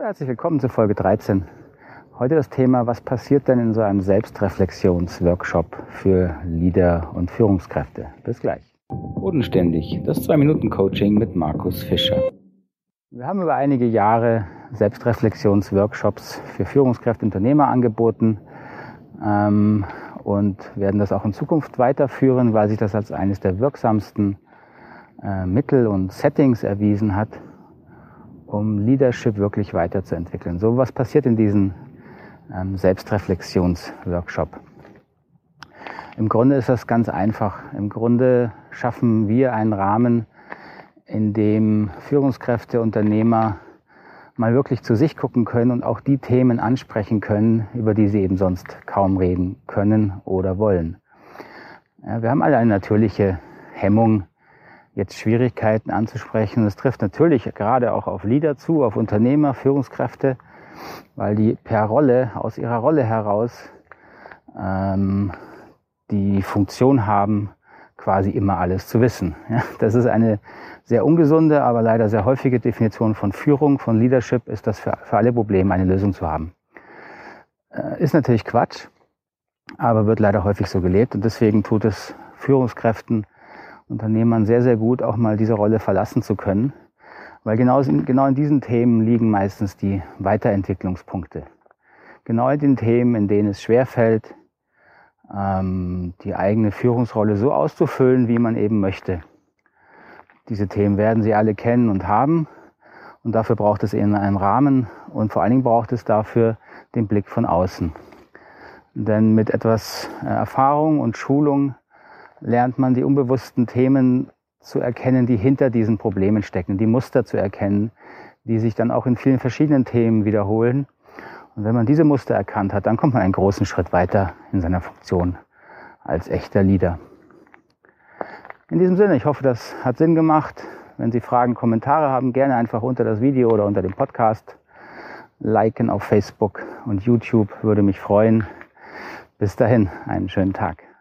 Herzlich willkommen zu Folge 13. Heute das Thema, was passiert denn in so einem Selbstreflexionsworkshop für Leader und Führungskräfte? Bis gleich. Bodenständig, das 2-Minuten-Coaching mit Markus Fischer. Wir haben über einige Jahre Selbstreflexionsworkshops für Führungskräfte, Unternehmer angeboten und werden das auch in Zukunft weiterführen, weil sich das als eines der wirksamsten Mittel und Settings erwiesen hat, um Leadership wirklich weiterzuentwickeln. So, was passiert in diesem Selbstreflexionsworkshop? Im Grunde ist das ganz einfach. Im Grunde schaffen wir einen Rahmen, in dem Führungskräfte, Unternehmer mal wirklich zu sich gucken können und auch die Themen ansprechen können, über die sie eben sonst kaum reden können oder wollen. Ja, wir haben alle eine natürliche Hemmung, jetzt Schwierigkeiten anzusprechen. Das trifft natürlich gerade auch auf Leader zu, auf Unternehmer, Führungskräfte, weil die per Rolle, aus ihrer Rolle heraus, die Funktion haben, quasi immer alles zu wissen. Ja, das ist eine sehr ungesunde, aber leider sehr häufige Definition von Führung, von Leadership, ist das für alle Probleme eine Lösung zu haben. Ist natürlich Quatsch, aber wird leider häufig so gelebt und deswegen tut es Führungskräften, Unternehmern sehr, sehr gut, auch mal diese Rolle verlassen zu können, weil genau in diesen Themen liegen meistens die Weiterentwicklungspunkte. Genau in den Themen, in denen es schwerfällt, die eigene Führungsrolle so auszufüllen, wie man eben möchte. Diese Themen werden Sie alle kennen und haben und dafür braucht es eben einen Rahmen und vor allen Dingen braucht es dafür den Blick von außen. Denn mit etwas Erfahrung und Schulung lernt man die unbewussten Themen zu erkennen, die hinter diesen Problemen stecken, die Muster zu erkennen, die sich dann auch in vielen verschiedenen Themen wiederholen. Und wenn man diese Muster erkannt hat, dann kommt man einen großen Schritt weiter in seiner Funktion als echter Leader. In diesem Sinne, ich hoffe, das hat Sinn gemacht. Wenn Sie Fragen, Kommentare haben, gerne einfach unter das Video oder unter dem Podcast liken auf Facebook und YouTube, würde mich freuen. Bis dahin, einen schönen Tag.